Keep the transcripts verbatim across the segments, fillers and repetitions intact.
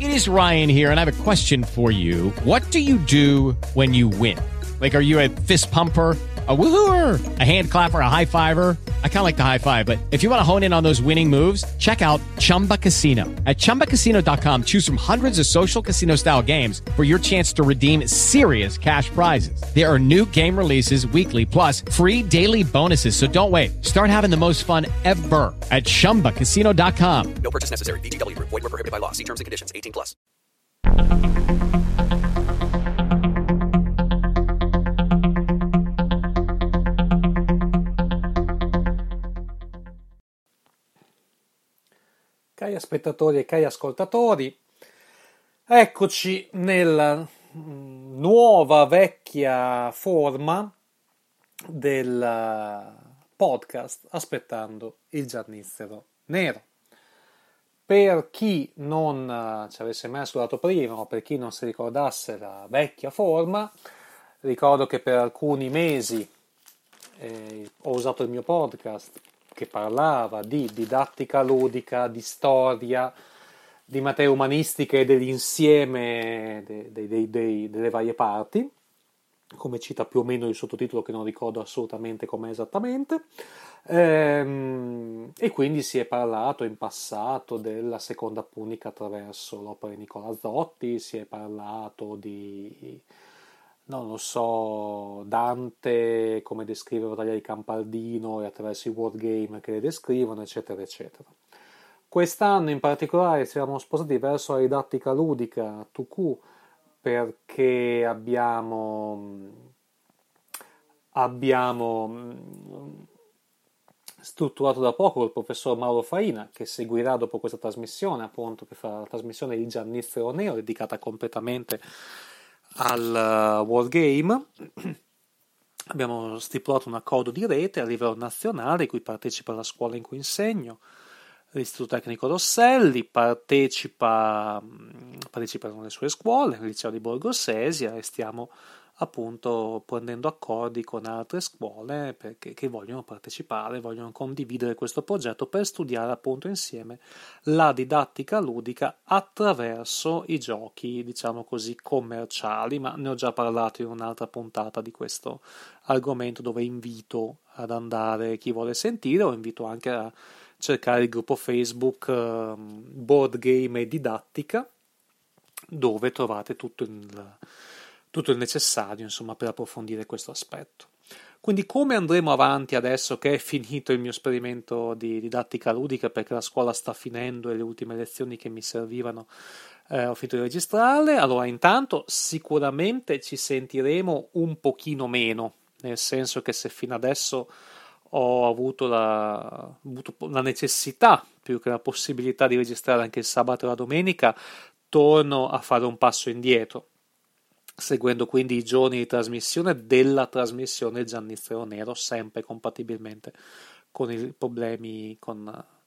It is Ryan here, and I have a question for you. What do you do when you win? Like, are you a fist pumper, a woohooer, a hand clapper, a high fiver? I kind of like the high five, but if you want to hone in on those winning moves, check out Chumba Casino. At chumba casino dot com, choose from hundreds of social casino style games for your chance to redeem serious cash prizes. There are new game releases weekly, plus free daily bonuses. So don't wait. Start having the most fun ever at chumba casino dot com. No purchase necessary. V G W Group. Void where prohibited by law. See terms and conditions. eighteen plus. Cari spettatori e cari ascoltatori, eccoci nella nuova vecchia forma del podcast Aspettando il Giannizzero Nero. Per chi non ci avesse mai ascoltato prima o per chi non si ricordasse la vecchia forma, ricordo che per alcuni mesi eh, ho usato il mio podcast che parlava di didattica ludica, di storia, di materie umanistiche e dell'insieme de, de, de, de, delle varie parti, come cita più o meno il sottotitolo che non ricordo assolutamente com'è esattamente, ehm, e quindi si è parlato in passato della seconda punica attraverso l'opera di Nicola Zotti, si è parlato di... non lo so, Dante, come descrive Battaglia di Campaldino e attraverso i wargame che le descrivono, eccetera, eccetera. Quest'anno in particolare siamo spostati verso la didattica ludica tout court, perché abbiamo, abbiamo strutturato da poco col professor Mauro Faina, che seguirà dopo questa trasmissione, appunto, che farà la trasmissione di Giannizzero Nero, dedicata completamente al wargame. Abbiamo stipulato un accordo di rete a livello nazionale, in cui partecipa la scuola in cui insegno, l'Istituto Tecnico Rosselli, partecipa, partecipano le sue scuole, il liceo di Borgo Sesia, e stiamo appunto prendendo accordi con altre scuole perché che vogliono partecipare, vogliono condividere questo progetto per studiare appunto insieme la didattica ludica attraverso i giochi, diciamo così, commerciali, ma ne ho già parlato in un'altra puntata di questo argomento, dove invito ad andare chi vuole sentire, o invito anche a cercare il gruppo Facebook uh, Board Game e Didattica, dove trovate tutto il tutto il necessario, insomma, per approfondire questo aspetto. Quindi come andremo avanti adesso che è finito il mio esperimento di didattica ludica, perché la scuola sta finendo e le ultime lezioni che mi servivano eh, ho finito di registrarle? Allora, intanto sicuramente ci sentiremo un pochino meno, nel senso che se fino adesso ho avuto la, avuto la necessità, più che la possibilità, di registrare anche il sabato e la domenica, torno a fare un passo indietro, seguendo quindi i giorni di trasmissione della trasmissione Giannizzero Nero, sempre compatibilmente con i problemi, con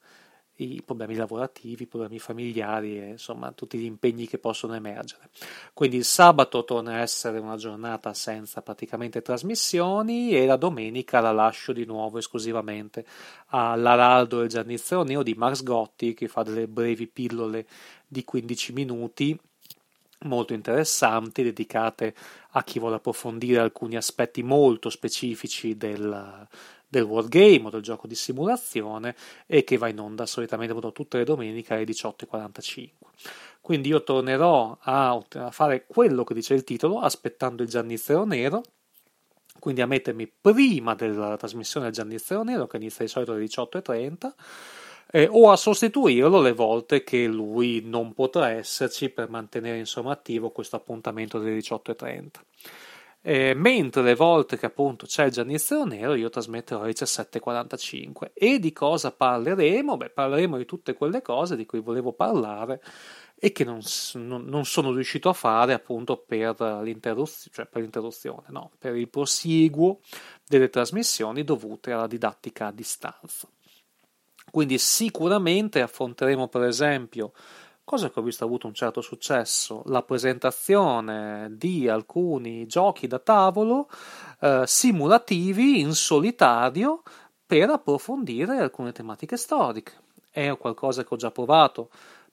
i problemi lavorativi, i problemi familiari e insomma tutti gli impegni che possono emergere. Quindi il sabato torna a essere una giornata senza praticamente trasmissioni, e la domenica la lascio di nuovo esclusivamente all'Araldo del Giannizzero Nero di Max Gotti, che fa delle brevi pillole di quindici minuti molto interessanti, dedicate a chi vuole approfondire alcuni aspetti molto specifici del, del wargame o del gioco di simulazione, e che va in onda solitamente tutte le domeniche alle diciotto e quarantacinque. Quindi io tornerò a, a fare quello che dice il titolo, aspettando il Giannizzero Nero, quindi a mettermi prima della trasmissione del Giannizzero Nero, che inizia di solito alle diciotto e trenta, Eh, o a sostituirlo le volte che lui non potrà esserci, per mantenere insomma attivo questo appuntamento delle diciotto e trenta. Eh, mentre le volte che appunto c'è il Giannizzero Nero io trasmetterò alle diciassette e quarantacinque. E di cosa parleremo? Beh, parleremo di tutte quelle cose di cui volevo parlare e che non, non, non sono riuscito a fare appunto per l'interruzione, cioè per l'interruzione, no, per il prosieguo delle trasmissioni dovute alla didattica a distanza. Quindi sicuramente affronteremo, per esempio, cosa che ho visto ha avuto un certo successo, la presentazione di alcuni giochi da tavolo eh, simulativi in solitario per approfondire alcune tematiche storiche. È qualcosa che ho già provato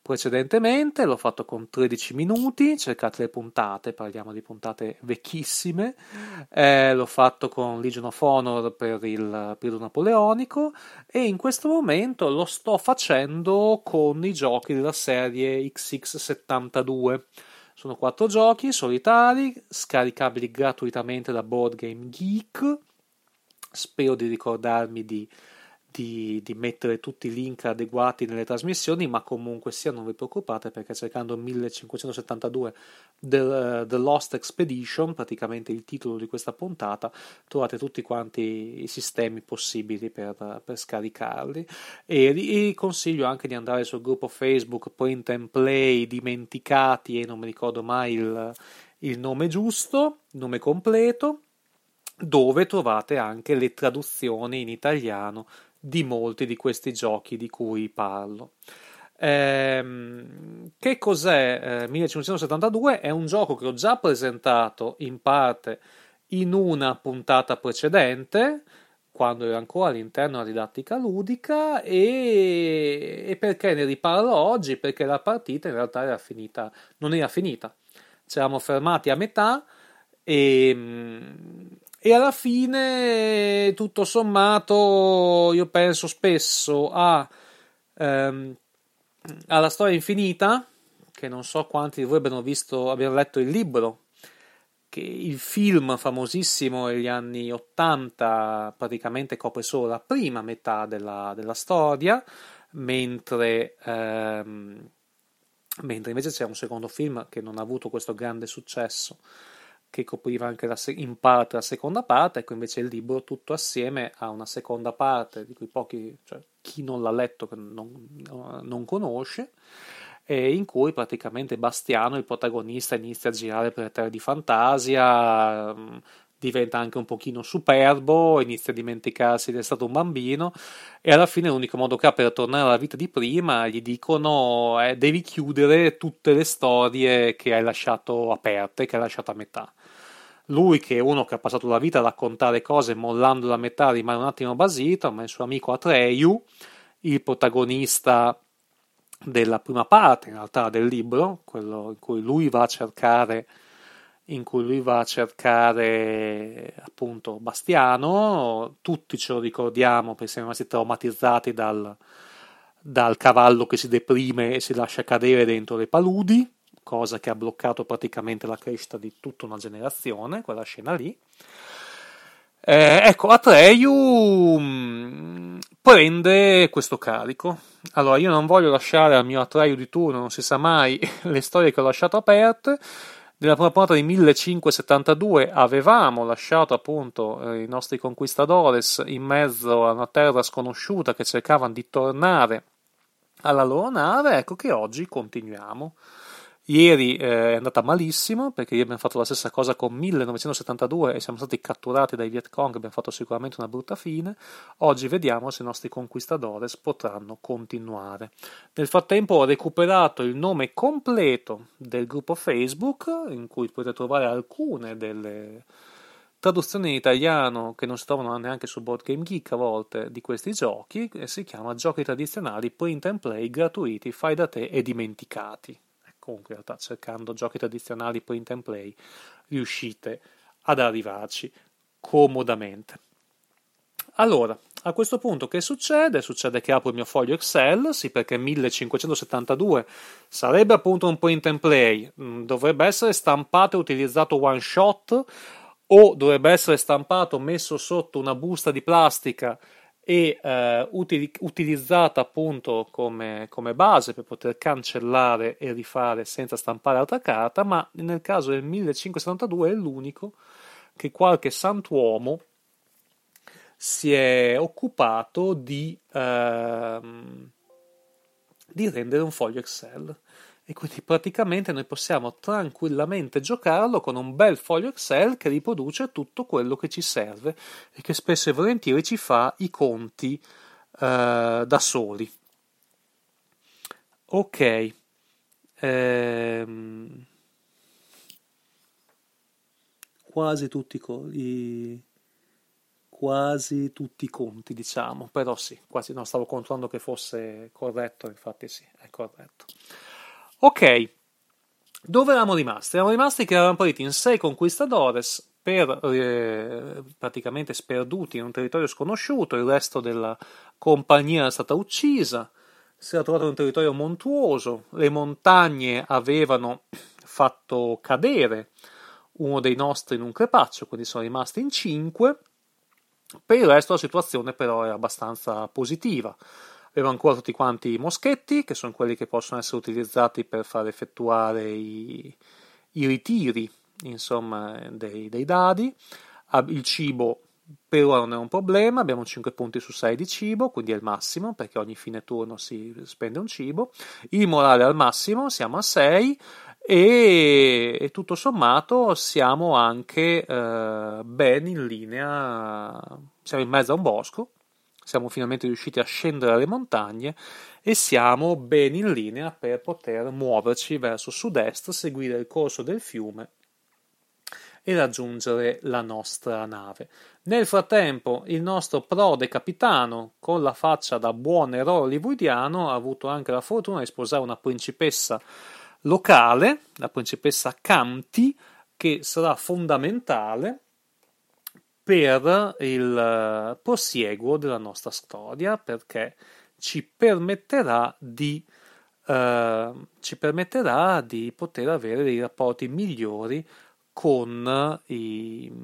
precedentemente, l'ho fatto con tredici minuti, cercate le puntate, parliamo di puntate vecchissime, eh, l'ho fatto con Legion of Honor per il periodo napoleonico e in questo momento lo sto facendo con i giochi della serie X X settantadue. Sono quattro giochi solitari, scaricabili gratuitamente da Board Game Geek. Spero di ricordarmi di Di, di mettere tutti i link adeguati nelle trasmissioni, ma comunque sia non vi preoccupate, perché cercando millecinquecentosettantadue The, uh, The Lost Expedition, praticamente il titolo di questa puntata, trovate tutti quanti i sistemi possibili per, per scaricarli e, e consiglio anche di andare sul gruppo Facebook Print and Play Dimenticati, e non mi ricordo mai il, il nome giusto, il nome completo, dove trovate anche le traduzioni in italiano di molti di questi giochi di cui parlo. Ehm, che cos'è eh, millecinquecentosettantadue? È un gioco che ho già presentato in parte in una puntata precedente, quando era ancora all'interno della didattica ludica, e, e perché ne riparlo oggi? Perché la partita in realtà era finita, non era finita, ci eravamo fermati a metà e E alla fine, tutto sommato, io penso spesso a, ehm, alla storia infinita, che non so quanti di voi abbiano visto, abbiano letto il libro, che il film famosissimo degli anni ottanta praticamente copre solo la prima metà della, della storia, mentre, ehm, mentre invece c'è un secondo film che non ha avuto questo grande successo, che copriva anche la se- in parte la seconda parte. Ecco, invece il libro tutto assieme ha una seconda parte di cui pochi, cioè chi non l'ha letto non, non conosce, e in cui praticamente Bastiano, il protagonista, inizia a girare per le terre di fantasia, mh, diventa anche un pochino superbo, inizia a dimenticarsi di essere stato un bambino, e alla fine l'unico modo che ha per tornare alla vita di prima, gli dicono eh, devi chiudere tutte le storie che hai lasciato aperte, che hai lasciato a metà. Lui, che è uno che ha passato la vita a raccontare cose mollando la metà, rimane un attimo basito, ma il suo amico Atreyu, il protagonista della prima parte in realtà del libro, quello in cui lui va a cercare in cui lui va a cercare appunto Bastiano, tutti ce lo ricordiamo perché siamo rimasti traumatizzati dal, dal cavallo che si deprime e si lascia cadere dentro le paludi, cosa che ha bloccato praticamente la crescita di tutta una generazione, quella scena lì. Eh, ecco, Atreyu mh, prende questo carico. Allora, io non voglio lasciare al mio Atreyu di turno, non si sa mai, le storie che ho lasciato aperte. Nella prima puntata di millecinquecentosettantadue avevamo lasciato appunto eh, i nostri conquistadores in mezzo a una terra sconosciuta che cercavano di tornare alla loro nave. Ecco che oggi continuiamo. Ieri eh, è andata malissimo, perché ieri abbiamo fatto la stessa cosa con millenovecentosettantadue e siamo stati catturati dai Viet Cong, abbiamo fatto sicuramente una brutta fine. Oggi vediamo se i nostri conquistadores potranno continuare. Nel frattempo ho recuperato il nome completo del gruppo Facebook, in cui potete trovare alcune delle traduzioni in italiano che non si trovano neanche su Board Game Geek a volte di questi giochi, e si chiama Giochi tradizionali print and play gratuiti, fai da te e dimenticati. Comunque in realtà cercando giochi tradizionali print and play riuscite ad arrivarci comodamente. Allora, a questo punto che succede? Succede che apro il mio foglio Excel, sì, perché millecinquecentosettantadue sarebbe appunto un print and play, dovrebbe essere stampato e utilizzato one shot, o dovrebbe essere stampato, messo sotto una busta di plastica e eh, util- utilizzata appunto come, come base per poter cancellare e rifare senza stampare altra carta, ma nel caso del millecinquecentosettantadue è l'unico che qualche santuomo si è occupato di, ehm, di rendere un foglio Excel. E quindi praticamente noi possiamo tranquillamente giocarlo con un bel foglio Excel che riproduce tutto quello che ci serve e che spesso e volentieri ci fa i conti uh, da soli. Ok. Ehm... Quasi tutti i quasi tutti i conti, diciamo, però sì, quasi no, stavo controllando che fosse corretto, infatti sì, è corretto. Ok, dove eravamo rimasti? Eravamo rimasti che eravamo partiti in sei conquistadores per eh, praticamente sperduti in un territorio sconosciuto, il resto della compagnia era stata uccisa, si era trovato in un territorio montuoso, le montagne avevano fatto cadere uno dei nostri in un crepaccio, quindi sono rimasti in cinque. Per il resto la situazione però è abbastanza positiva. Avevo ancora tutti quanti i moschetti, che sono quelli che possono essere utilizzati per far effettuare i, i ritiri, insomma, dei, dei dadi. Il cibo per ora non è un problema, abbiamo cinque punti su sei di cibo, quindi è il massimo, perché ogni fine turno si spende un cibo. Il morale è al massimo, siamo a sei, e, e tutto sommato siamo anche eh, ben in linea, siamo in mezzo a un bosco, siamo finalmente riusciti a scendere alle montagne e siamo ben in linea per poter muoverci verso sud-est, seguire il corso del fiume e raggiungere la nostra nave. Nel frattempo il nostro prode capitano, con la faccia da buon eroe hollywoodiano, ha avuto anche la fortuna di sposare una principessa locale, la principessa Camti, che sarà fondamentale per il prosieguo della nostra storia, perché ci permetterà di eh, ci permetterà di poter avere dei rapporti migliori con i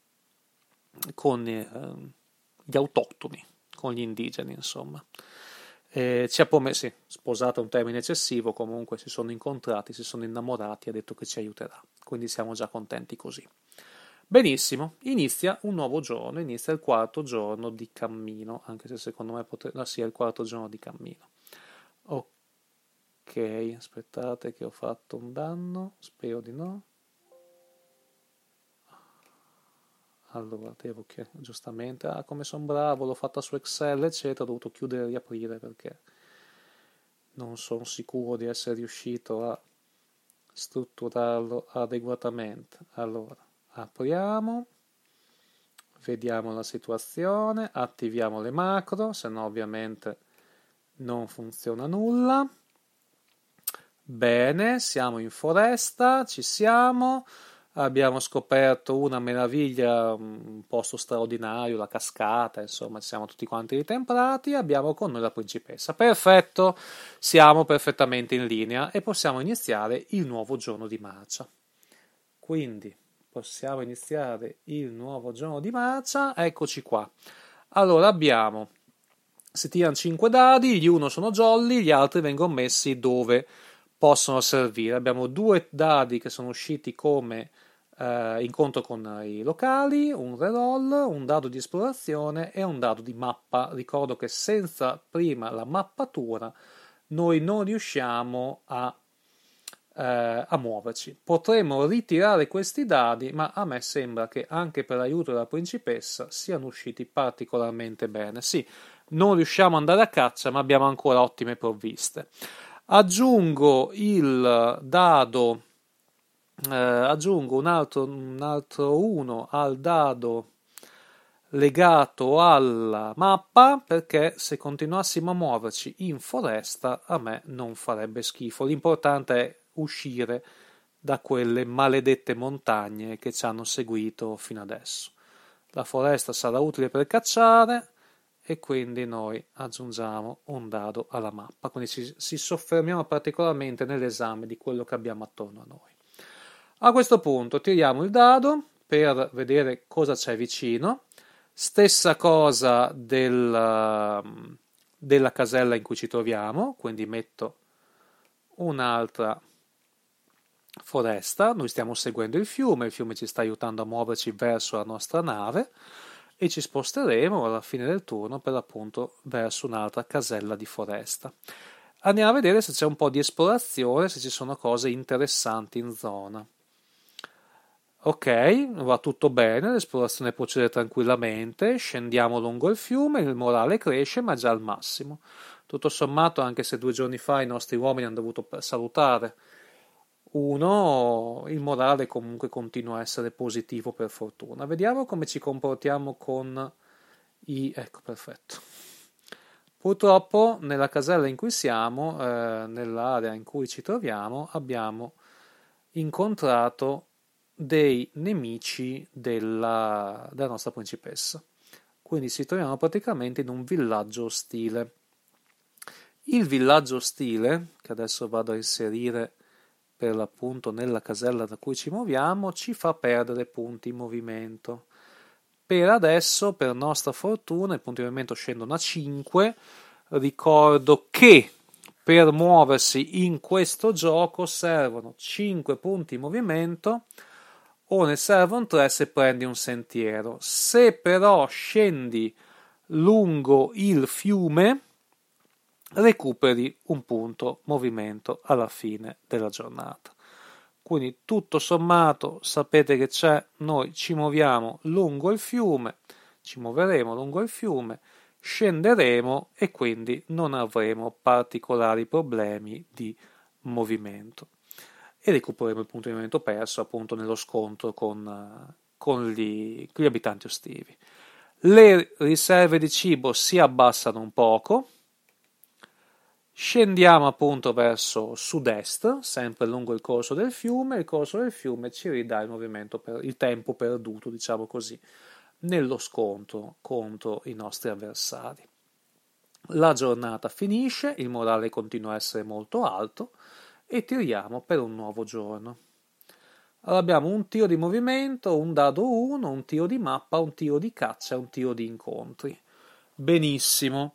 con eh, gli autoctoni, con gli indigeni, insomma. Eh, ci ha promesso, sì, sposato è un termine eccessivo, comunque si sono incontrati, si sono innamorati, ha detto che ci aiuterà, quindi siamo già contenti così. Benissimo, inizia un nuovo giorno, inizia il quarto giorno di cammino, anche se secondo me potrebbe, no, sì, è il quarto giorno di cammino. Ok, aspettate che ho fatto un danno, spero di no. Allora, devo che giustamente, ah, come sono bravo, l'ho fatta su Excel, eccetera, ho dovuto chiudere e riaprire perché non sono sicuro di essere riuscito a strutturarlo adeguatamente. Allora, apriamo, vediamo la situazione, attiviamo le macro, se no ovviamente non funziona nulla. Bene, siamo in foresta, ci siamo. Abbiamo scoperto una meraviglia, un posto straordinario, la cascata, insomma, siamo tutti quanti ritemprati. Abbiamo con noi la principessa. Perfetto, siamo perfettamente in linea e possiamo iniziare il nuovo giorno di marcia. Quindi possiamo iniziare il nuovo giorno di marcia. Eccoci qua. Allora abbiamo, si tirano cinque dadi, gli uno sono jolly, gli altri vengono messi dove possono servire. Abbiamo due dadi che sono usciti come eh, incontro con i locali, un reroll, un dado di esplorazione e un dado di mappa. Ricordo che senza prima la mappatura noi non riusciamo a, eh, a muoverci. Potremmo ritirare questi dadi, ma a me sembra che anche per l'aiuto della principessa siano usciti particolarmente bene. Sì, non riusciamo ad andare a caccia, ma abbiamo ancora ottime provviste. Aggiungo il dado, eh, aggiungo un altro, un altro uno al dado legato alla mappa, perché se continuassimo a muoverci in foresta a me non farebbe schifo. L'importante è uscire da quelle maledette montagne che ci hanno seguito fino adesso. La foresta sarà utile per cacciare, e quindi noi aggiungiamo un dado alla mappa, quindi ci, ci soffermiamo particolarmente nell'esame di quello che abbiamo attorno a noi. A questo punto tiriamo il dado per vedere cosa c'è vicino, stessa cosa del, della casella in cui ci troviamo, quindi metto un'altra foresta, noi stiamo seguendo il fiume, il fiume ci sta aiutando a muoverci verso la nostra nave, e ci sposteremo alla fine del turno per l'appunto verso un'altra casella di foresta. Andiamo a vedere se c'è un po' di esplorazione, se ci sono cose interessanti in zona. Ok, va tutto bene, l'esplorazione procede tranquillamente, scendiamo lungo il fiume, il morale cresce ma già al massimo. Tutto sommato, anche se due giorni fa i nostri uomini hanno dovuto salutare uno, il morale comunque continua a essere positivo per fortuna. Vediamo come ci comportiamo con I, ecco, perfetto. Purtroppo nella casella in cui siamo, eh, nell'area in cui ci troviamo, abbiamo incontrato dei nemici della, della nostra principessa. Quindi ci troviamo praticamente in un villaggio ostile. Il villaggio ostile, che adesso vado a inserire per l'appunto nella casella da cui ci muoviamo, ci fa perdere punti in movimento. Per adesso, per nostra fortuna, i punti di movimento scendono a cinque. Ricordo che per muoversi in questo gioco servono cinque punti in movimento, o ne servono tre se prendi un sentiero. Se però scendi lungo il fiume, recuperi un punto movimento alla fine della giornata. Quindi tutto sommato sapete che c'è, noi ci muoviamo lungo il fiume, ci muoveremo lungo il fiume, scenderemo e quindi non avremo particolari problemi di movimento e recupereremo il punto di movimento perso appunto nello scontro con, con, gli, con gli abitanti ostivi. Le riserve di cibo si abbassano un poco. Scendiamo appunto verso sud-est, sempre lungo il corso del fiume. Il corso del fiume ci ridà il movimento, per, il tempo perduto, diciamo così, nello scontro contro i nostri avversari. La giornata finisce, il morale continua a essere molto alto e tiriamo per un nuovo giorno. Allora abbiamo un tiro di movimento, un dado uno, un tiro di mappa, un tiro di caccia e un tiro di incontri. Benissimo.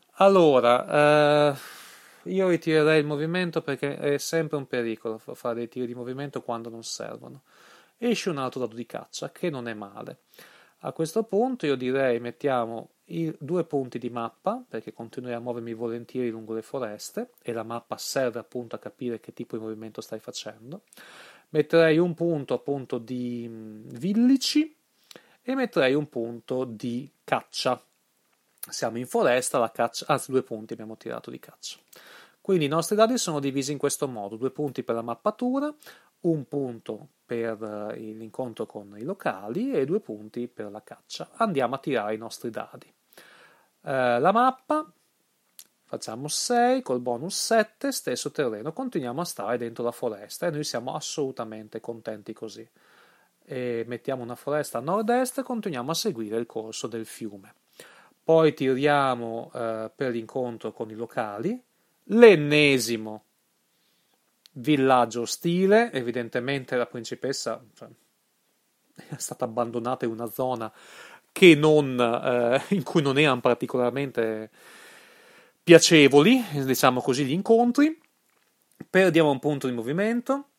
Allora, eh, io ritirerei il movimento perché è sempre un pericolo fare dei tiri di movimento quando non servono. Esce un altro dado di caccia, che non è male. A questo punto io direi mettiamo i due punti di mappa, perché continuerò a muovermi volentieri lungo le foreste, e la mappa serve appunto a capire che tipo di movimento stai facendo. Metterei un punto appunto di villici e metterei un punto di caccia. Siamo in foresta, la caccia, anzi due punti abbiamo tirato di caccia. Quindi i nostri dadi sono divisi in questo modo: due punti per la mappatura, un punto per l'incontro con i locali e due punti per la caccia. Andiamo a tirare i nostri dadi. Eh, la mappa, facciamo sei, col bonus sette, stesso terreno, continuiamo a stare dentro la foresta e noi siamo assolutamente contenti così. E mettiamo una foresta a nord-est e continuiamo a seguire il corso del fiume. Poi tiriamo eh, per l'incontro con i locali, l'ennesimo villaggio ostile, evidentemente la principessa cioè, è stata abbandonata in una zona che non, eh, in cui non erano particolarmente piacevoli, diciamo così, gli incontri. Perdiamo un punto di movimento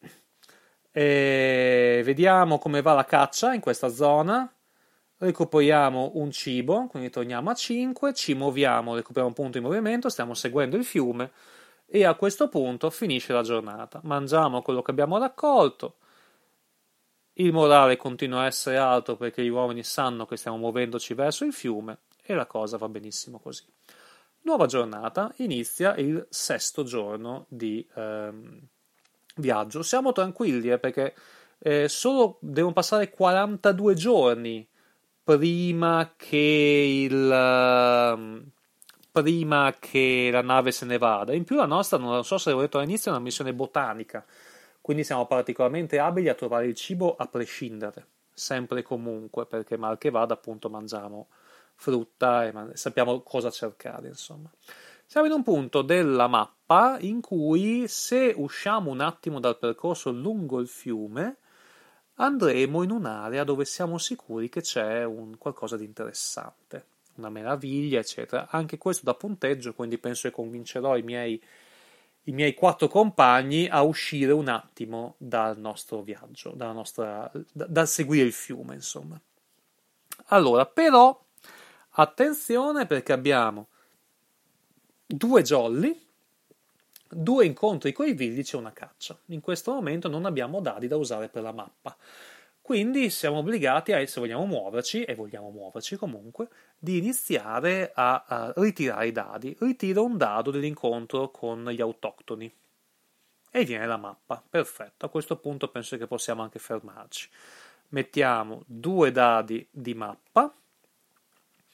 e vediamo come va la caccia in questa zona. Recuperiamo un cibo, quindi torniamo a cinque, ci muoviamo, recuperiamo un punto di movimento, stiamo seguendo il fiume e a questo punto finisce la giornata. Mangiamo quello che abbiamo raccolto, il morale continua a essere alto perché gli uomini sanno che stiamo muovendoci verso il fiume e la cosa va benissimo così. Nuova giornata, inizia il sesto giorno di ehm, viaggio. Siamo tranquilli eh, perché eh, solo devono passare quarantadue giorni prima che il prima che la nave se ne vada. In più la nostra, non so se avevo detto all'inizio, è una missione botanica, quindi siamo particolarmente abili a trovare il cibo a prescindere, sempre e comunque, perché mal che vada appunto mangiamo frutta e man- sappiamo cosa cercare, insomma. Siamo in un punto della mappa in cui, se usciamo un attimo dal percorso lungo il fiume, andremo in un'area dove siamo sicuri che c'è un qualcosa di interessante, una meraviglia, eccetera. Anche questo da punteggio, quindi penso che convincerò i miei, i miei quattro compagni a uscire un attimo dal nostro viaggio, dalla nostra, da, dal seguire il fiume, insomma. Allora, però, attenzione perché abbiamo due jolly, due incontri coi villici e una caccia. In questo momento non abbiamo dadi da usare per la mappa, quindi siamo obbligati a, se vogliamo muoverci, e vogliamo muoverci comunque, di iniziare a, a ritirare i dadi. Ritiro un dado dell'incontro con gli autoctoni e viene la mappa. Perfetto, a questo punto penso che possiamo anche fermarci. Mettiamo due dadi di mappa,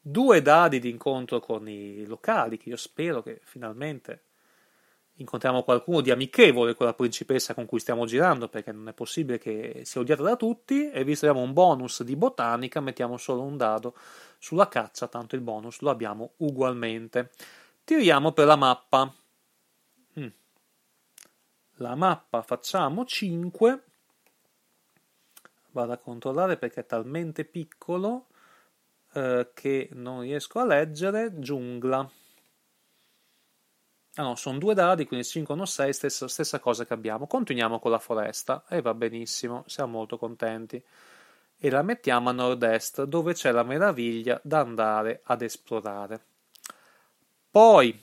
due dadi di incontro con i locali, che io spero che finalmente incontriamo qualcuno di amichevole con la principessa con cui stiamo girando, perché non è possibile che sia odiata da tutti, e visto che abbiamo un bonus di botanica, mettiamo solo un dado sulla caccia, tanto il bonus lo abbiamo ugualmente. Tiriamo per la mappa. Mm. La mappa facciamo cinque. Vado a controllare perché è talmente piccolo eh, che non riesco a leggere. Giungla. Ah no, sono due dadi, quindi cinque o sei, stessa, stessa cosa che abbiamo. Continuiamo con la foresta e va benissimo, siamo molto contenti. E la mettiamo a nord-est, dove c'è la meraviglia da andare ad esplorare. Poi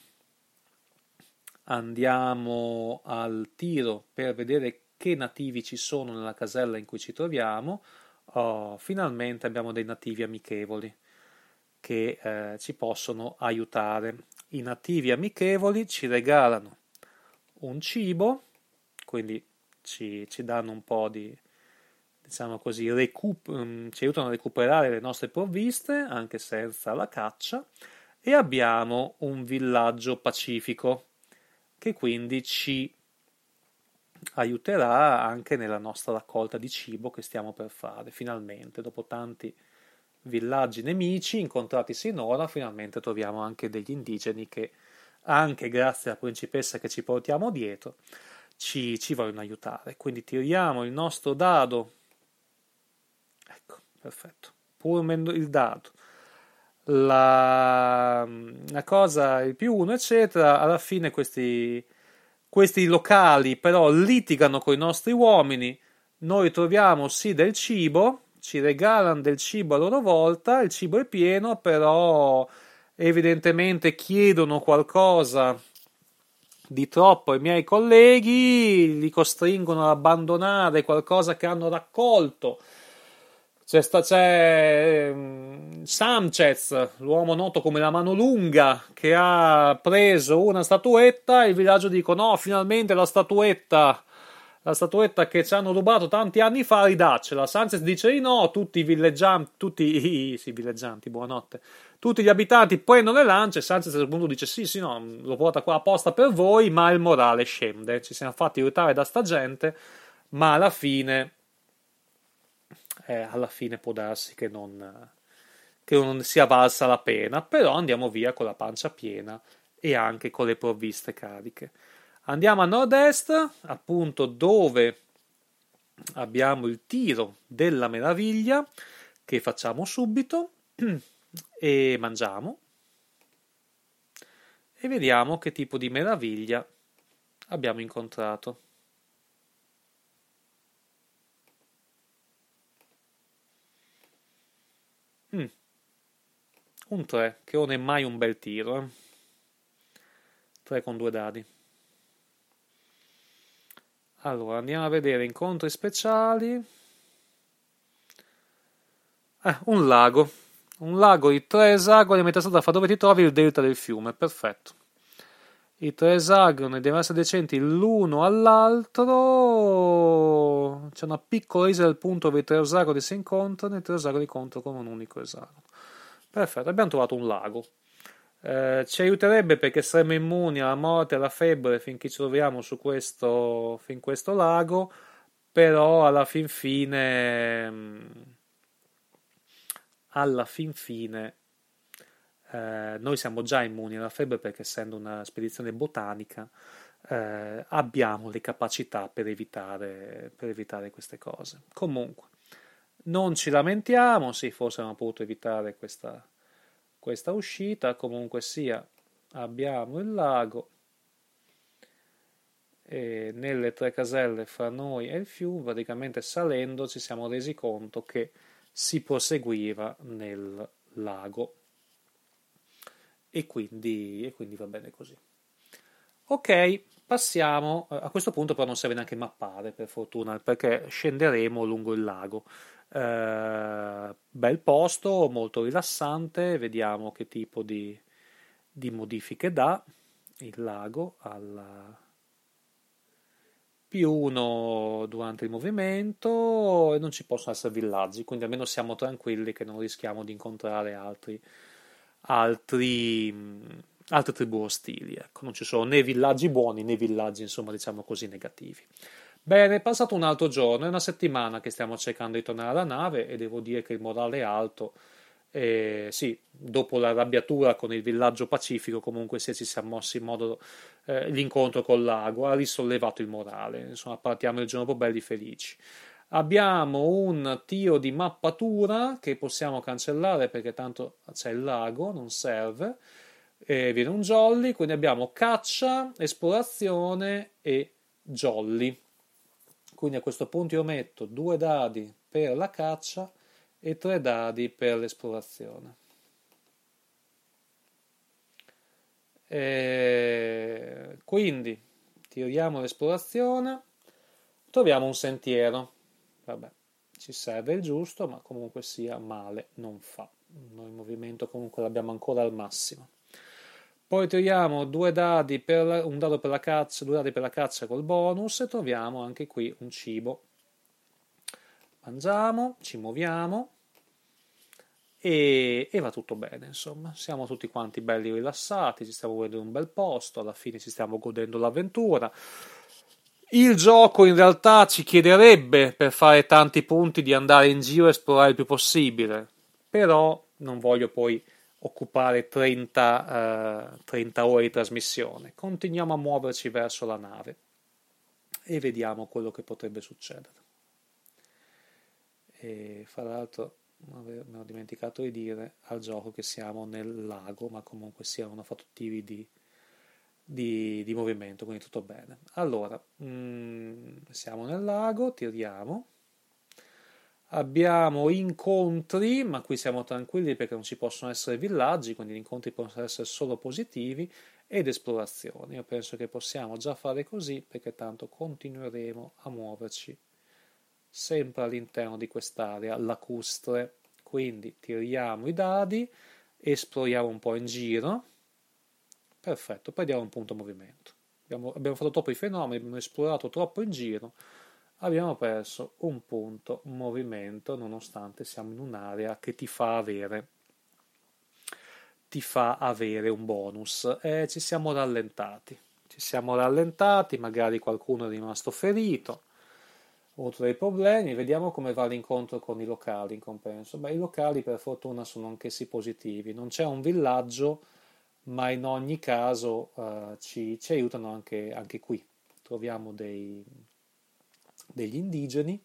andiamo al tiro per vedere che nativi ci sono nella casella in cui ci troviamo. Oh, finalmente abbiamo dei nativi amichevoli che eh, ci possono aiutare. I nativi amichevoli ci regalano un cibo, quindi ci, ci danno un po' di, diciamo così, recup- um, ci aiutano a recuperare le nostre provviste anche senza la caccia, e abbiamo un villaggio pacifico che quindi ci aiuterà anche nella nostra raccolta di cibo che stiamo per fare. Finalmente, dopo tanti villaggi nemici incontrati sinora, finalmente troviamo anche degli indigeni che, anche grazie alla principessa che ci portiamo dietro, ci, ci vogliono aiutare. Quindi tiriamo il nostro dado. Ecco, perfetto. Pur il dado. La, la cosa, il più uno, eccetera. Alla fine questi, questi locali però litigano con i nostri uomini. Noi troviamo sì del cibo, ci regalano del cibo a loro volta, il cibo è pieno, però evidentemente chiedono qualcosa di troppo ai miei colleghi, li costringono ad abbandonare qualcosa che hanno raccolto. C'è, sta, c'è um, Samchez, l'uomo noto come la mano lunga, che ha preso una statuetta, e il villaggio dice no, finalmente la statuetta la statuetta che ci hanno rubato tanti anni fa, ridaccela. Sanchez dice di no, tutti i villeggianti, tutti i sì, villeggianti, buonanotte, tutti gli abitanti prendono le lance. Sanchez a quel punto dice sì, sì, no, lo porta qua apposta per voi, ma il morale scende. Ci siamo fatti aiutare da sta gente, ma alla fine, eh, alla fine può darsi che non, che non sia valsa la pena, però andiamo via con la pancia piena e anche con le provviste cariche. Andiamo a nord-est, appunto dove abbiamo il tiro della meraviglia, che facciamo subito, e mangiamo, e vediamo che tipo di meraviglia abbiamo incontrato. Mm. Un tre, che non è mai un bel tiro. Eh? tre con due dadi. Allora, andiamo a vedere incontri speciali. Eh, un lago. Un lago di tre esagoni a metà strada fra dove ti trovi il delta del fiume. Perfetto. I tre esagoni devono essere decenti l'uno all'altro. C'è una piccola isola del punto dove i tre esagoni si incontrano e i tre esagoni contro con un unico esagono. Perfetto, abbiamo trovato un lago. Eh, ci aiuterebbe perché saremo immuni alla morte e alla febbre finché ci troviamo su questo, fin questo lago, però alla fin fine alla fin fine eh, noi siamo già immuni alla febbre perché, essendo una spedizione botanica, eh, abbiamo le capacità per evitare, per evitare queste cose. Comunque non ci lamentiamo, sì, forse abbiamo potuto evitare questa questa uscita. Comunque sia, abbiamo il lago, e nelle tre caselle fra noi e il fiume, praticamente salendo, ci siamo resi conto che si proseguiva nel lago, e quindi, e quindi va bene così. Ok, passiamo. A questo punto però non serve neanche mappare, per fortuna, perché scenderemo lungo il lago. Uh, bel posto, molto rilassante. Vediamo che tipo di, di modifiche dà il lago. Alla più uno durante il movimento, e non ci possono essere villaggi, quindi almeno siamo tranquilli che non rischiamo di incontrare altri altri, altre tribù ostili, ecco. Non ci sono né villaggi buoni né villaggi, insomma, diciamo così, negativi. Bene, è passato un altro giorno, è una settimana che stiamo cercando di tornare alla nave e devo dire che il morale è alto. E sì, dopo l'arrabbiatura con il villaggio pacifico, comunque se ci siamo mossi in modo eh, l'incontro col lago ha risollevato il morale. Insomma, partiamo il giorno dopo belli felici. Abbiamo un tiro di mappatura che possiamo cancellare perché tanto c'è il lago, non serve. E viene un jolly, quindi abbiamo caccia, esplorazione e jolly. Quindi a questo punto io metto due dadi per la caccia e tre dadi per l'esplorazione. E quindi tiriamo l'esplorazione, troviamo un sentiero. Vabbè, ci serve il giusto, ma comunque sia male non fa. Noi il movimento comunque l'abbiamo ancora al massimo. Poi tiriamo due dadi per la, un dado per la caccia, due dadi per la caccia col bonus e troviamo anche qui un cibo. Mangiamo, ci muoviamo e, e va tutto bene, insomma. Siamo tutti quanti belli rilassati, ci stiamo vedendo un bel posto, alla fine ci stiamo godendo l'avventura. Il gioco in realtà ci chiederebbe per fare tanti punti di andare in giro e esplorare il più possibile, però non voglio poi occupare trenta, uh, trenta ore di trasmissione. Continuiamo a muoverci verso la nave e vediamo quello che potrebbe succedere. E fra l'altro mi ho dimenticato di dire al gioco che siamo nel lago, ma comunque siamo fatto tiri di, di, di movimento, quindi tutto bene. Allora, mh, siamo nel lago, tiriamo. Abbiamo incontri, ma qui siamo tranquilli perché non ci possono essere villaggi, quindi gli incontri possono essere solo positivi, ed esplorazione. Io penso che possiamo già fare così perché tanto continueremo a muoverci sempre all'interno di quest'area lacustre. Quindi tiriamo i dadi, esploriamo un po' in giro. Perfetto, poi diamo un punto movimento. Abbiamo, abbiamo fatto troppo i fenomeni, abbiamo esplorato troppo in giro. Abbiamo perso un punto movimento nonostante siamo in un'area che ti fa avere ti fa avere un bonus e ci siamo rallentati ci siamo rallentati magari qualcuno è rimasto ferito, ho avuto dei problemi. Vediamo come va l'incontro con i locali in compenso. Beh, i locali per fortuna sono anch'essi positivi, non c'è un villaggio ma in ogni caso uh, ci, ci aiutano anche, anche qui. Troviamo dei degli indigeni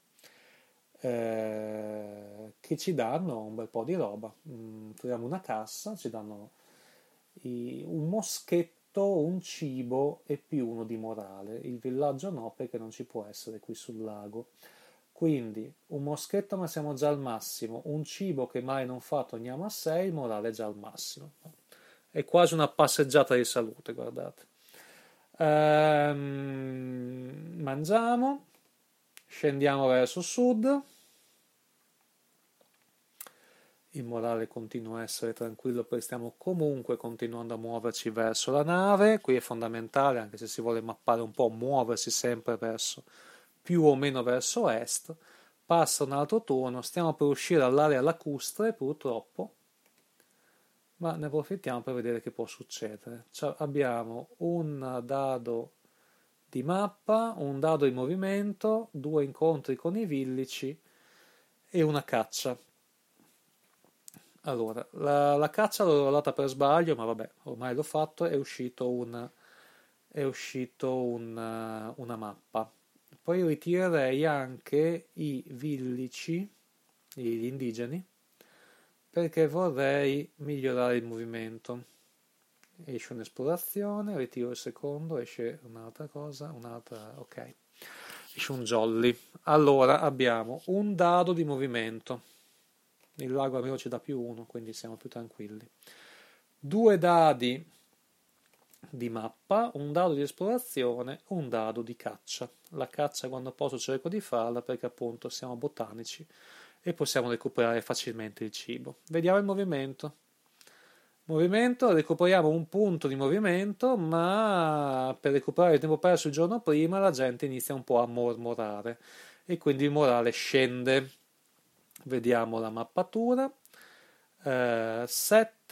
eh, che ci danno un bel po' di roba. Mm, troviamo una cassa, ci danno i, un moschetto, un cibo e più uno di morale. Il villaggio no, perché non ci può essere qui sul lago. Quindi un moschetto, ma siamo già al massimo. Un cibo che mai non fa, torniamo a sei, il morale è già al massimo. È quasi una passeggiata di salute, guardate. Ehm, mangiamo. Scendiamo verso sud, il morale continua a essere tranquillo perché stiamo comunque continuando a muoverci verso la nave. Qui è fondamentale, anche se si vuole mappare un po', muoversi sempre verso più o meno verso est. Passa un altro turno, stiamo per uscire dall'area lacustre purtroppo, ma ne approfittiamo per vedere che può succedere. Cioè, abbiamo un dado di mappa, un dado di movimento, due incontri con i villici e una caccia. Allora, la, la caccia l'ho rollata per sbaglio, ma vabbè, ormai l'ho fatto, è uscito un è uscito un, una mappa. Poi ritirerei anche i villici, gli indigeni, perché vorrei migliorare il movimento. Esce un'esplorazione, ritiro il secondo, esce un'altra cosa, un'altra, ok, esce un jolly. Allora abbiamo un dado di movimento, il lago almeno ci dà più uno, quindi siamo più tranquilli. Due dadi di mappa, un dado di esplorazione, un dado di caccia. La caccia quando posso cerco di farla perché appunto siamo botanici e possiamo recuperare facilmente il cibo. Vediamo il movimento. Movimento, recuperiamo un punto di movimento, ma per recuperare il tempo perso il giorno prima la gente inizia un po' a mormorare e quindi il morale scende. Vediamo la mappatura. sette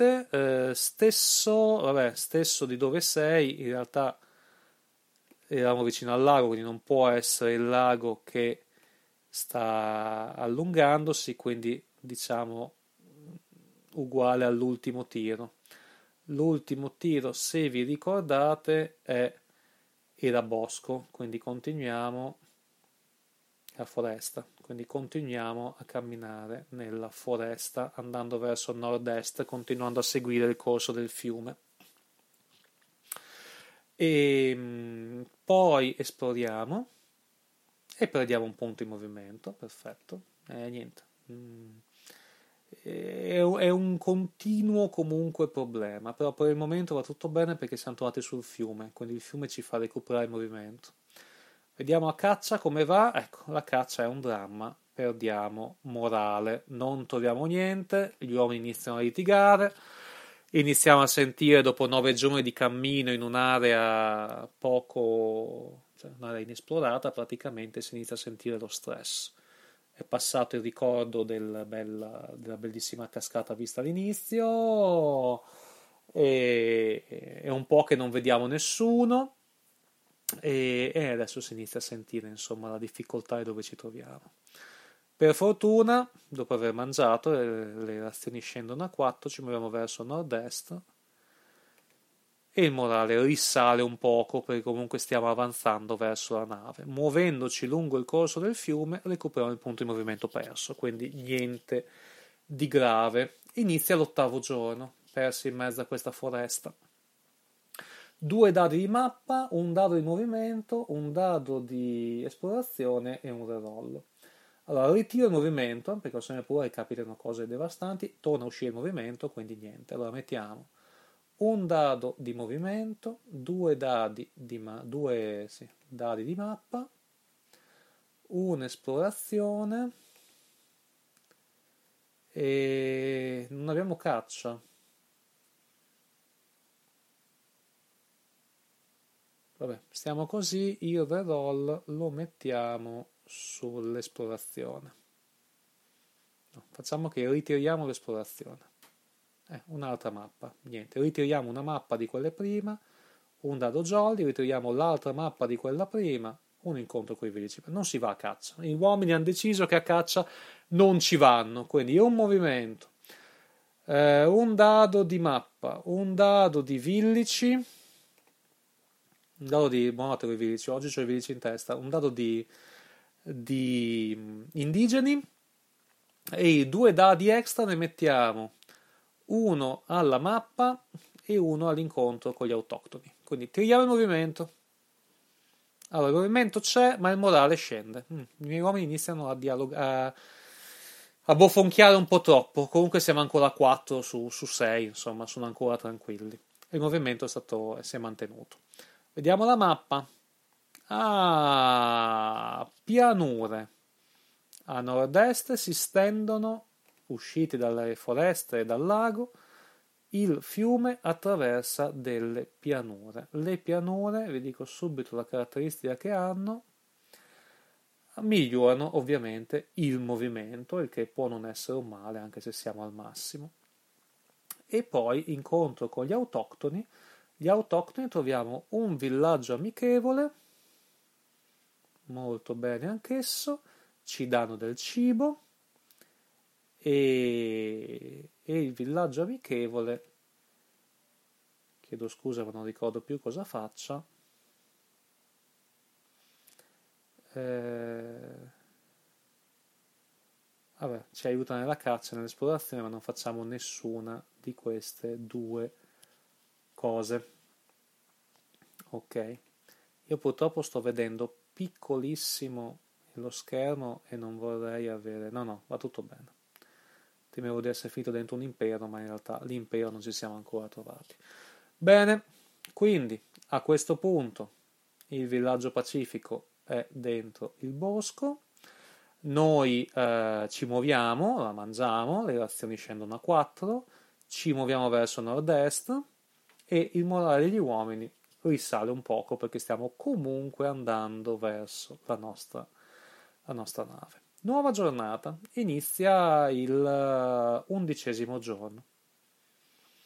niente, eh, stesso, vabbè, stesso di dove sei, in realtà eravamo vicino al lago, quindi non può essere il lago che sta allungandosi, quindi diciamo uguale all'ultimo tiro. L'ultimo tiro, se vi ricordate, è era bosco, quindi continuiamo la foresta, quindi continuiamo a camminare nella foresta andando verso nord-est, continuando a seguire il corso del fiume. E mh, poi esploriamo e perdiamo un punto in movimento, perfetto, e niente. Mm. È, è un continuo comunque problema, però per il momento va tutto bene perché siamo trovati sul fiume, quindi il fiume ci fa recuperare il movimento. Vediamo a caccia come va. Ecco, la caccia è un dramma, perdiamo morale, non troviamo niente, gli uomini iniziano a litigare, iniziamo a sentire dopo nove giorni di cammino in un'area poco, cioè un'area inesplorata, praticamente si inizia a sentire lo stress. È passato il ricordo del bella, della bellissima cascata vista all'inizio e è un po' che non vediamo nessuno e, e adesso si inizia a sentire insomma la difficoltà di dove ci troviamo. Per fortuna, dopo aver mangiato, le, le razioni scendono a quattro, ci muoviamo verso nord-est e il morale risale un poco perché comunque stiamo avanzando verso la nave. Muovendoci lungo il corso del fiume recuperiamo il punto di movimento perso, quindi niente di grave. Inizia l'ottavo giorno, persi in mezzo a questa foresta. Due dadi di mappa, un dado di movimento, un dado di esplorazione e un reroll. Allora, ritiro il movimento, perché se pure capitano cose devastanti, torna a uscire il movimento, quindi niente. Allora mettiamo un dado di movimento, due dadi di, ma- due, sì, dadi di mappa, un'esplorazione e non abbiamo caccia. Vabbè, stiamo così, il reroll lo mettiamo sull'esplorazione. No, facciamo che ritiriamo l'esplorazione. Eh, un'altra mappa, niente, ritiriamo una mappa di quelle prima, un dado jolly, ritiriamo l'altra mappa di quella prima, un incontro con i village. Non si va a caccia, gli uomini hanno deciso che a caccia non ci vanno, quindi un movimento, eh, un dado di mappa, un dado di villici, un dado di morte con i villici, oggi c'ho i villici in testa, un dado di, di indigeni e i due dadi extra ne mettiamo uno alla mappa e uno all'incontro con gli autoctoni. Quindi tiriamo il movimento. Allora, il movimento c'è, ma il morale scende. Mm, I miei uomini iniziano a, dialog- a, a bofonchiare un po' troppo. Comunque siamo ancora a quattro su, su sei, insomma, sono ancora tranquilli. Il movimento è stato, si è mantenuto. Vediamo la mappa. Ah, pianure. A nord-est si stendono, usciti dalle foreste e dal lago, il fiume attraversa delle pianure. Le pianure, vi dico subito la caratteristica che hanno, migliorano ovviamente il movimento, il che può non essere un male anche se siamo al massimo. E poi incontro con gli autoctoni. Gli autoctoni troviamo un villaggio amichevole, molto bene anch'esso, ci danno del cibo e, e il villaggio amichevole, chiedo scusa ma non ricordo più cosa faccia, eh, vabbè, ci aiuta nella caccia e nell'esplorazione, ma non facciamo nessuna di queste due cose. Ok, io purtroppo sto vedendo piccolissimo lo schermo e non vorrei avere, no no, va tutto bene. Temevo di essere finito dentro un impero, ma in realtà l'impero non ci siamo ancora trovati. Bene, quindi a questo punto il villaggio pacifico è dentro il bosco, noi eh, ci muoviamo, la mangiamo, le razioni scendono a quattro, ci muoviamo verso nord-est e il morale degli uomini risale un poco perché stiamo comunque andando verso la nostra, la nostra nave. Nuova giornata, inizia il undicesimo giorno.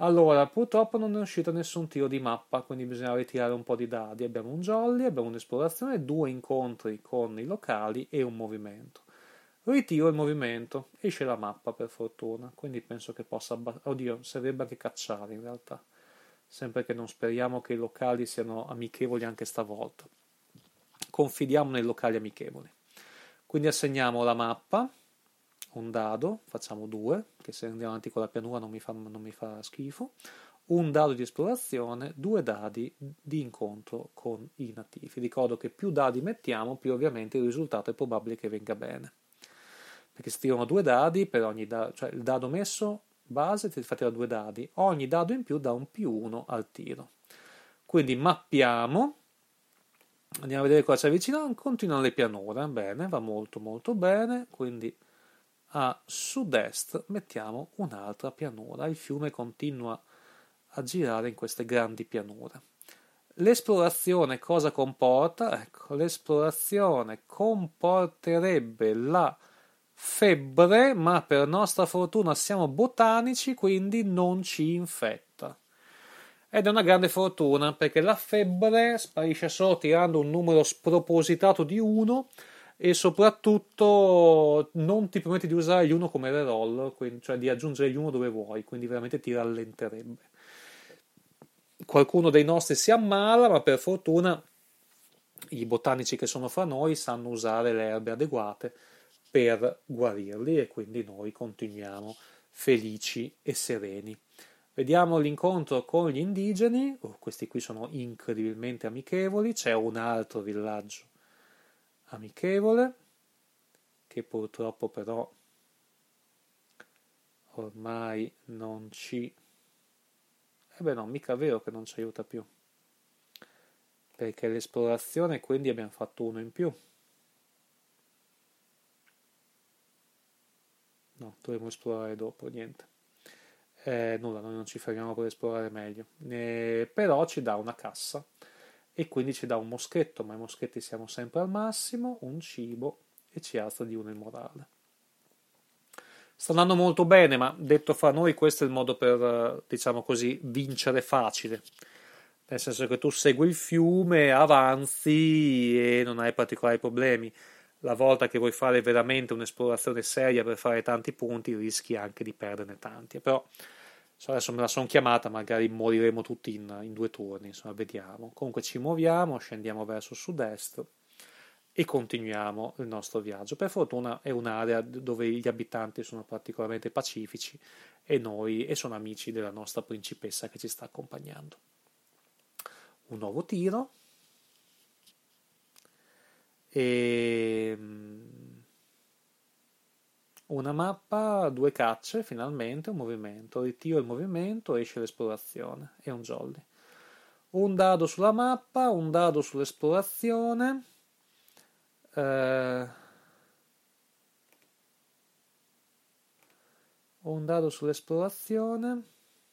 Allora, purtroppo non è uscito nessun tiro di mappa, quindi bisogna ritirare un po' di dadi. Abbiamo un jolly, abbiamo un'esplorazione, due incontri con i locali e un movimento. Ritiro il movimento, esce la mappa per fortuna, quindi penso che possa... abba- Oddio, servirebbe anche cacciare in realtà, sempre che non speriamo che i locali siano amichevoli anche stavolta. Confidiamo nei locali amichevoli. Quindi assegniamo la mappa, un dado, facciamo due, che se andiamo avanti con la pianura non mi fa, non mi fa schifo, un dado di esplorazione, due dadi di incontro con i nativi. Ricordo che più dadi mettiamo, più ovviamente il risultato è probabile che venga bene. Perché si tirano due dadi per ogni dado, cioè il dado messo base ti fa tirare due dadi, ogni dado in più dà un più uno al tiro. Quindi mappiamo, andiamo a vedere cosa ci avvicina, continuano le pianure, bene, va molto molto bene, quindi a sud-est mettiamo un'altra pianura, il fiume continua a girare in queste grandi pianure. L'esplorazione cosa comporta? Ecco, l'esplorazione comporterebbe la febbre, ma per nostra fortuna siamo botanici, quindi non ci infetta. Ed è una grande fortuna, perché la febbre sparisce solo tirando un numero spropositato di uno, e soprattutto non ti permette di usare gli uno come reroll, quindi, cioè di aggiungere gli uno dove vuoi, quindi veramente ti rallenterebbe. Qualcuno dei nostri si ammala, ma per fortuna i botanici che sono fra noi sanno usare le erbe adeguate per guarirli, e quindi noi continuiamo felici e sereni. Vediamo l'incontro con gli indigeni. Oh, questi qui sono incredibilmente amichevoli. C'è un altro villaggio amichevole che purtroppo però ormai non ci... Eh beh no, mica è vero che non ci aiuta più, perché l'esplorazione, quindi abbiamo fatto uno in più. No, dovremmo esplorare dopo, niente. Eh, nulla, noi non ci fermiamo per esplorare meglio. Eh, però ci dà una cassa e quindi ci dà un moschetto, ma i moschetti siamo sempre al massimo, un cibo e ci alza di uno il morale. Sta andando molto bene, ma detto fra noi questo è il modo per, diciamo così, vincere facile. Nel senso che tu segui il fiume, avanzi e non hai particolari problemi. La volta che vuoi fare veramente un'esplorazione seria per fare tanti punti, rischi anche di perderne tanti. Però adesso me la sono chiamata, magari moriremo tutti in, in due turni, insomma, vediamo. Comunque ci muoviamo, scendiamo verso sud-est e continuiamo il nostro viaggio. Per fortuna è un'area dove gli abitanti sono particolarmente pacifici e noi e sono amici della nostra principessa che ci sta accompagnando. Un nuovo tiro e una mappa, due cacce, finalmente un movimento, ritiro il movimento, esce l'esplorazione e un jolly. Un dado sulla mappa, un dado sull'esplorazione, eh, un dado sull'esplorazione,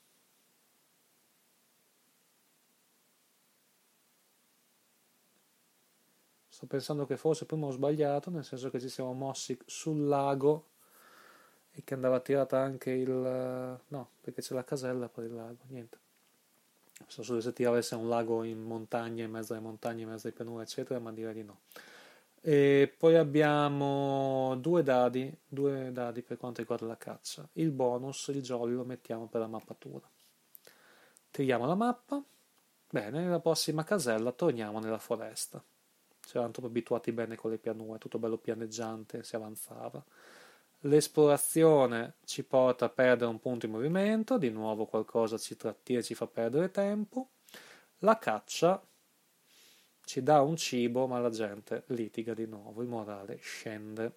sto pensando che forse prima ho sbagliato, nel senso che ci siamo mossi sul lago e che andava tirata anche il... no, perché c'è la casella per il lago, niente. So solo se tirava essere un lago in montagna, in mezzo alle montagne, in mezzo alle pianure, eccetera, ma direi di no. E poi abbiamo due dadi, due dadi per quanto riguarda la caccia. Il bonus, il jolly, lo mettiamo per la mappatura. Tiriamo la mappa. Bene, nella prossima casella torniamo nella foresta. Ci eravamo troppo abituati bene con le pianure, tutto bello pianeggiante, si avanzava. L'esplorazione ci porta a perdere un punto in movimento, di nuovo qualcosa ci trattiene, ci fa perdere tempo. La caccia ci dà un cibo, ma la gente litiga di nuovo, il morale scende.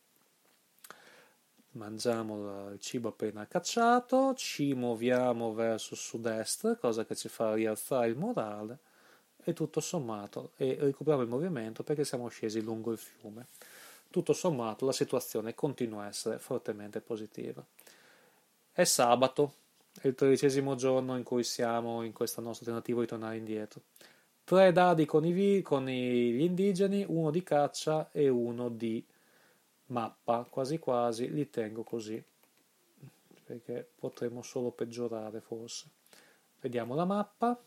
Mangiamo il cibo appena cacciato, ci muoviamo verso sud-est, cosa che ci fa rialzare il morale, e tutto sommato, e recuperiamo il movimento perché siamo scesi lungo il fiume. Tutto sommato la situazione continua a essere fortemente positiva. È sabato, è il tredicesimo giorno in cui siamo in questo nostro tentativo di tornare indietro. Tre dadi con, i, con gli indigeni, uno di caccia e uno di mappa, quasi quasi li tengo così. perché potremo solo peggiorare forse. Vediamo la mappa,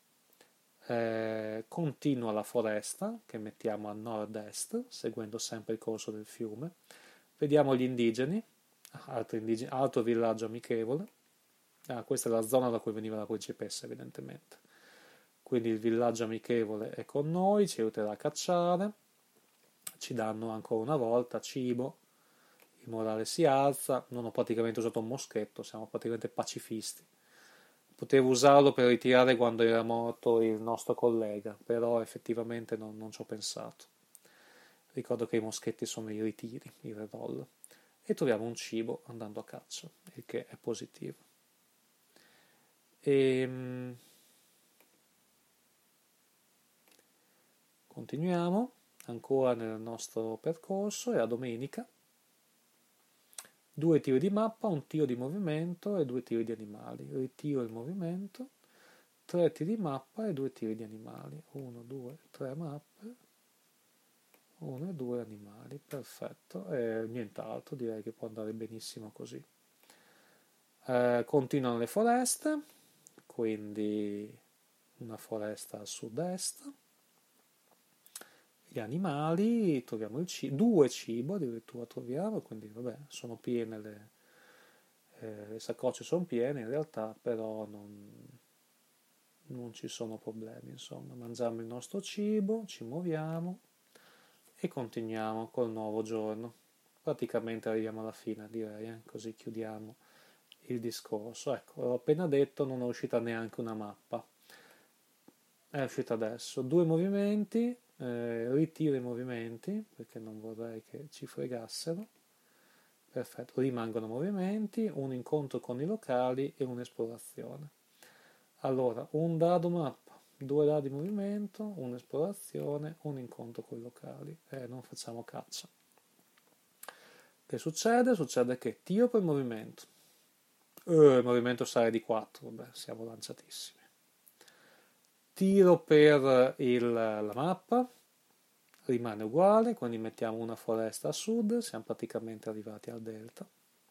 eh, continua la foresta che mettiamo a nord-est, seguendo sempre il corso del fiume. Vediamo gli indigeni, altro, indigeni, altro villaggio amichevole. Ah, questa è la zona da cui veniva la principessa, evidentemente. Quindi il villaggio amichevole è con noi, ci aiuterà a cacciare, ci danno ancora una volta cibo, il morale si alza, non ho praticamente usato un moschetto, siamo praticamente pacifisti. Potevo usarlo per ritirare quando era morto il nostro collega, però effettivamente non, non ci ho pensato. Ricordo che i moschetti sono i ritiri, i reroll. E troviamo un cibo andando a caccia, il che è positivo. E... continuiamo ancora nel nostro percorso, è la domenica. Due tiri di mappa, un tiro di movimento e due tiri di animali. Ritiro il movimento, tre tiri di mappa e due tiri di animali. Uno, due, tre mappe, uno e due animali. Perfetto, e nient'altro, direi che può andare benissimo così. Eh, continuano le foreste, quindi una foresta a sud-est. Gli animali, troviamo il cibo, due cibo addirittura troviamo, quindi vabbè, sono piene le, eh, le saccocce sono piene in realtà, però non, non ci sono problemi, insomma, mangiamo il nostro cibo, ci muoviamo e continuiamo col nuovo giorno. Praticamente arriviamo alla fine, direi, eh? Così chiudiamo il discorso. Ecco, l'ho appena detto, non è uscita neanche una mappa, è uscita adesso, due movimenti. Eh, ritiro i movimenti perché non vorrei che ci fregassero. Perfetto, rimangono movimenti, un incontro con i locali e un'esplorazione. Allora, un dado mappa, due dadi movimento, un'esplorazione, un incontro con i locali. Eh, non facciamo caccia. Che succede? Succede che tiro per il movimento. Eh, il movimento sale di quattro, vabbè, siamo lanciatissimi. Tiro per il, la mappa, rimane uguale, quindi mettiamo una foresta a sud, siamo praticamente arrivati al delta.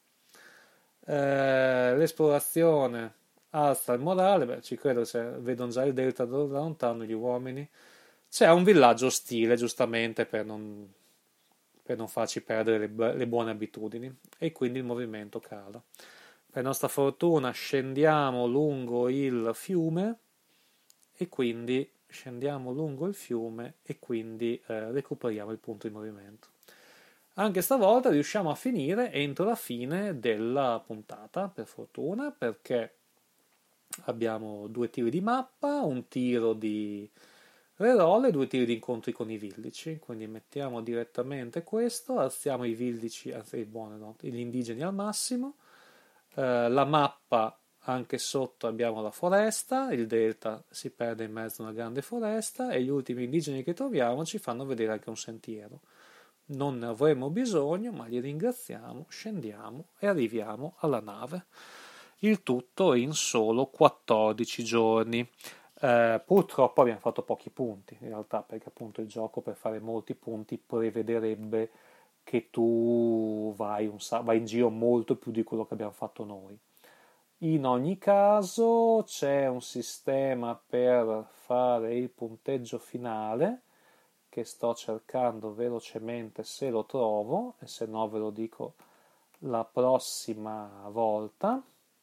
Eh, l'esplorazione alza il morale, beh, ci credo, se vedono già il delta da lontano gli uomini. C'è un villaggio ostile, giustamente, per non, per non farci perdere le, le buone abitudini, e quindi il movimento cala. Per nostra fortuna scendiamo lungo il fiume, e quindi scendiamo lungo il fiume e quindi eh, recuperiamo il punto di movimento. Anche stavolta riusciamo a finire entro la fine della puntata, per fortuna, perché abbiamo due tiri di mappa, un tiro di reroll e due tiri di incontri con i villici. Quindi mettiamo direttamente questo, alziamo i villici, anzi buone, no, gli indigeni al massimo, eh, la mappa. Anche sotto abbiamo la foresta, il delta si perde in mezzo a una grande foresta e gli ultimi indigeni che troviamo ci fanno vedere anche un sentiero. Non ne avremo bisogno, ma li ringraziamo, scendiamo e arriviamo alla nave. Il tutto in solo quattordici giorni. Eh, purtroppo abbiamo fatto pochi punti, in realtà, perché appunto il gioco per fare molti punti prevederebbe che tu vai, un, vai in giro molto più di quello che abbiamo fatto noi. In ogni caso c'è un sistema per fare il punteggio finale che sto cercando velocemente se lo trovo, e se no ve lo dico la prossima volta.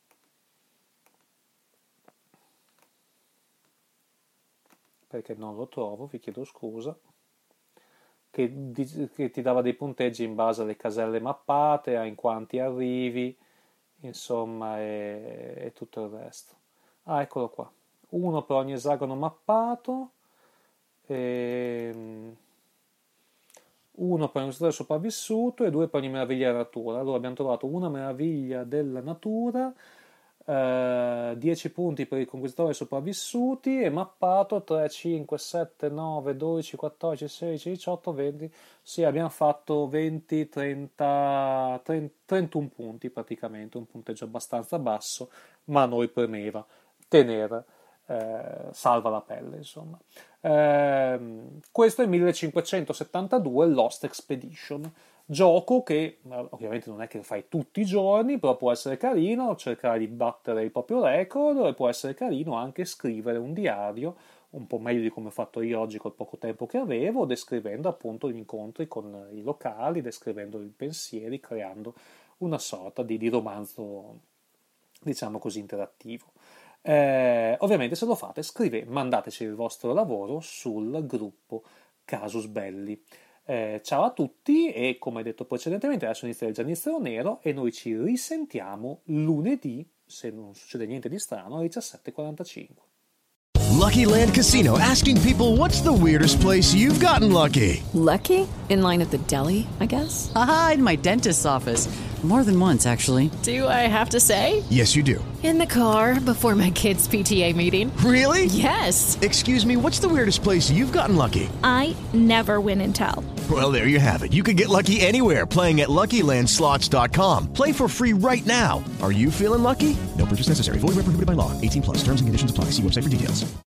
Perché non lo trovo, vi chiedo scusa. Che, di, che ti dava dei punteggi in base alle caselle mappate, a in quanti arrivi, insomma, e, e tutto il resto. Ah, eccolo qua. Uno per ogni esagono mappato, e, uno per ogni stato sopravvissuto e due per ogni meraviglia della natura. Allora abbiamo trovato una meraviglia della natura, eh, dieci punti per i conquistatori sopravvissuti e mappato tre, cinque, sette, nove, dodici, quattordici, sedici, diciotto, venti. Sì, abbiamo fatto venti, trenta, trenta, trentuno punti praticamente, un punteggio abbastanza basso, ma a noi premeva tenere eh, salva la pelle, insomma. Eh, questo è millecinquecentosettantadue, Lost Expedition, gioco che ovviamente non è che fai tutti i giorni, però può essere carino cercare di battere il proprio record, e può essere carino anche scrivere un diario un po' meglio di come ho fatto io oggi col poco tempo che avevo, descrivendo appunto gli incontri con i locali, descrivendo i pensieri, creando una sorta di, di romanzo, diciamo così, interattivo. Eh, ovviamente se lo fate, scrivete, mandateci il vostro lavoro sul gruppo Casus Belli. Eh, ciao a tutti e, come detto precedentemente, adesso inizia il Giannizzero Nero e noi ci risentiamo lunedì, se non succede niente di strano, alle diciassette e quarantacinque. Lucky Land Casino, asking people, what's the weirdest place you've gotten lucky? Lucky? In line at the deli, I guess? Aha, in my dentist's office. More than once, actually. Do I have to say? Yes, you do. In the car before my kids' P T A meeting. Really? Yes. Excuse me, what's the weirdest place you've gotten lucky? I never win and tell. Well, there you have it. You can get lucky anywhere, playing at Lucky Land Slots dot com. Play for free right now. Are you feeling lucky? No purchase necessary. Void where prohibited by law. eighteen plus. Terms and conditions apply. See website for details.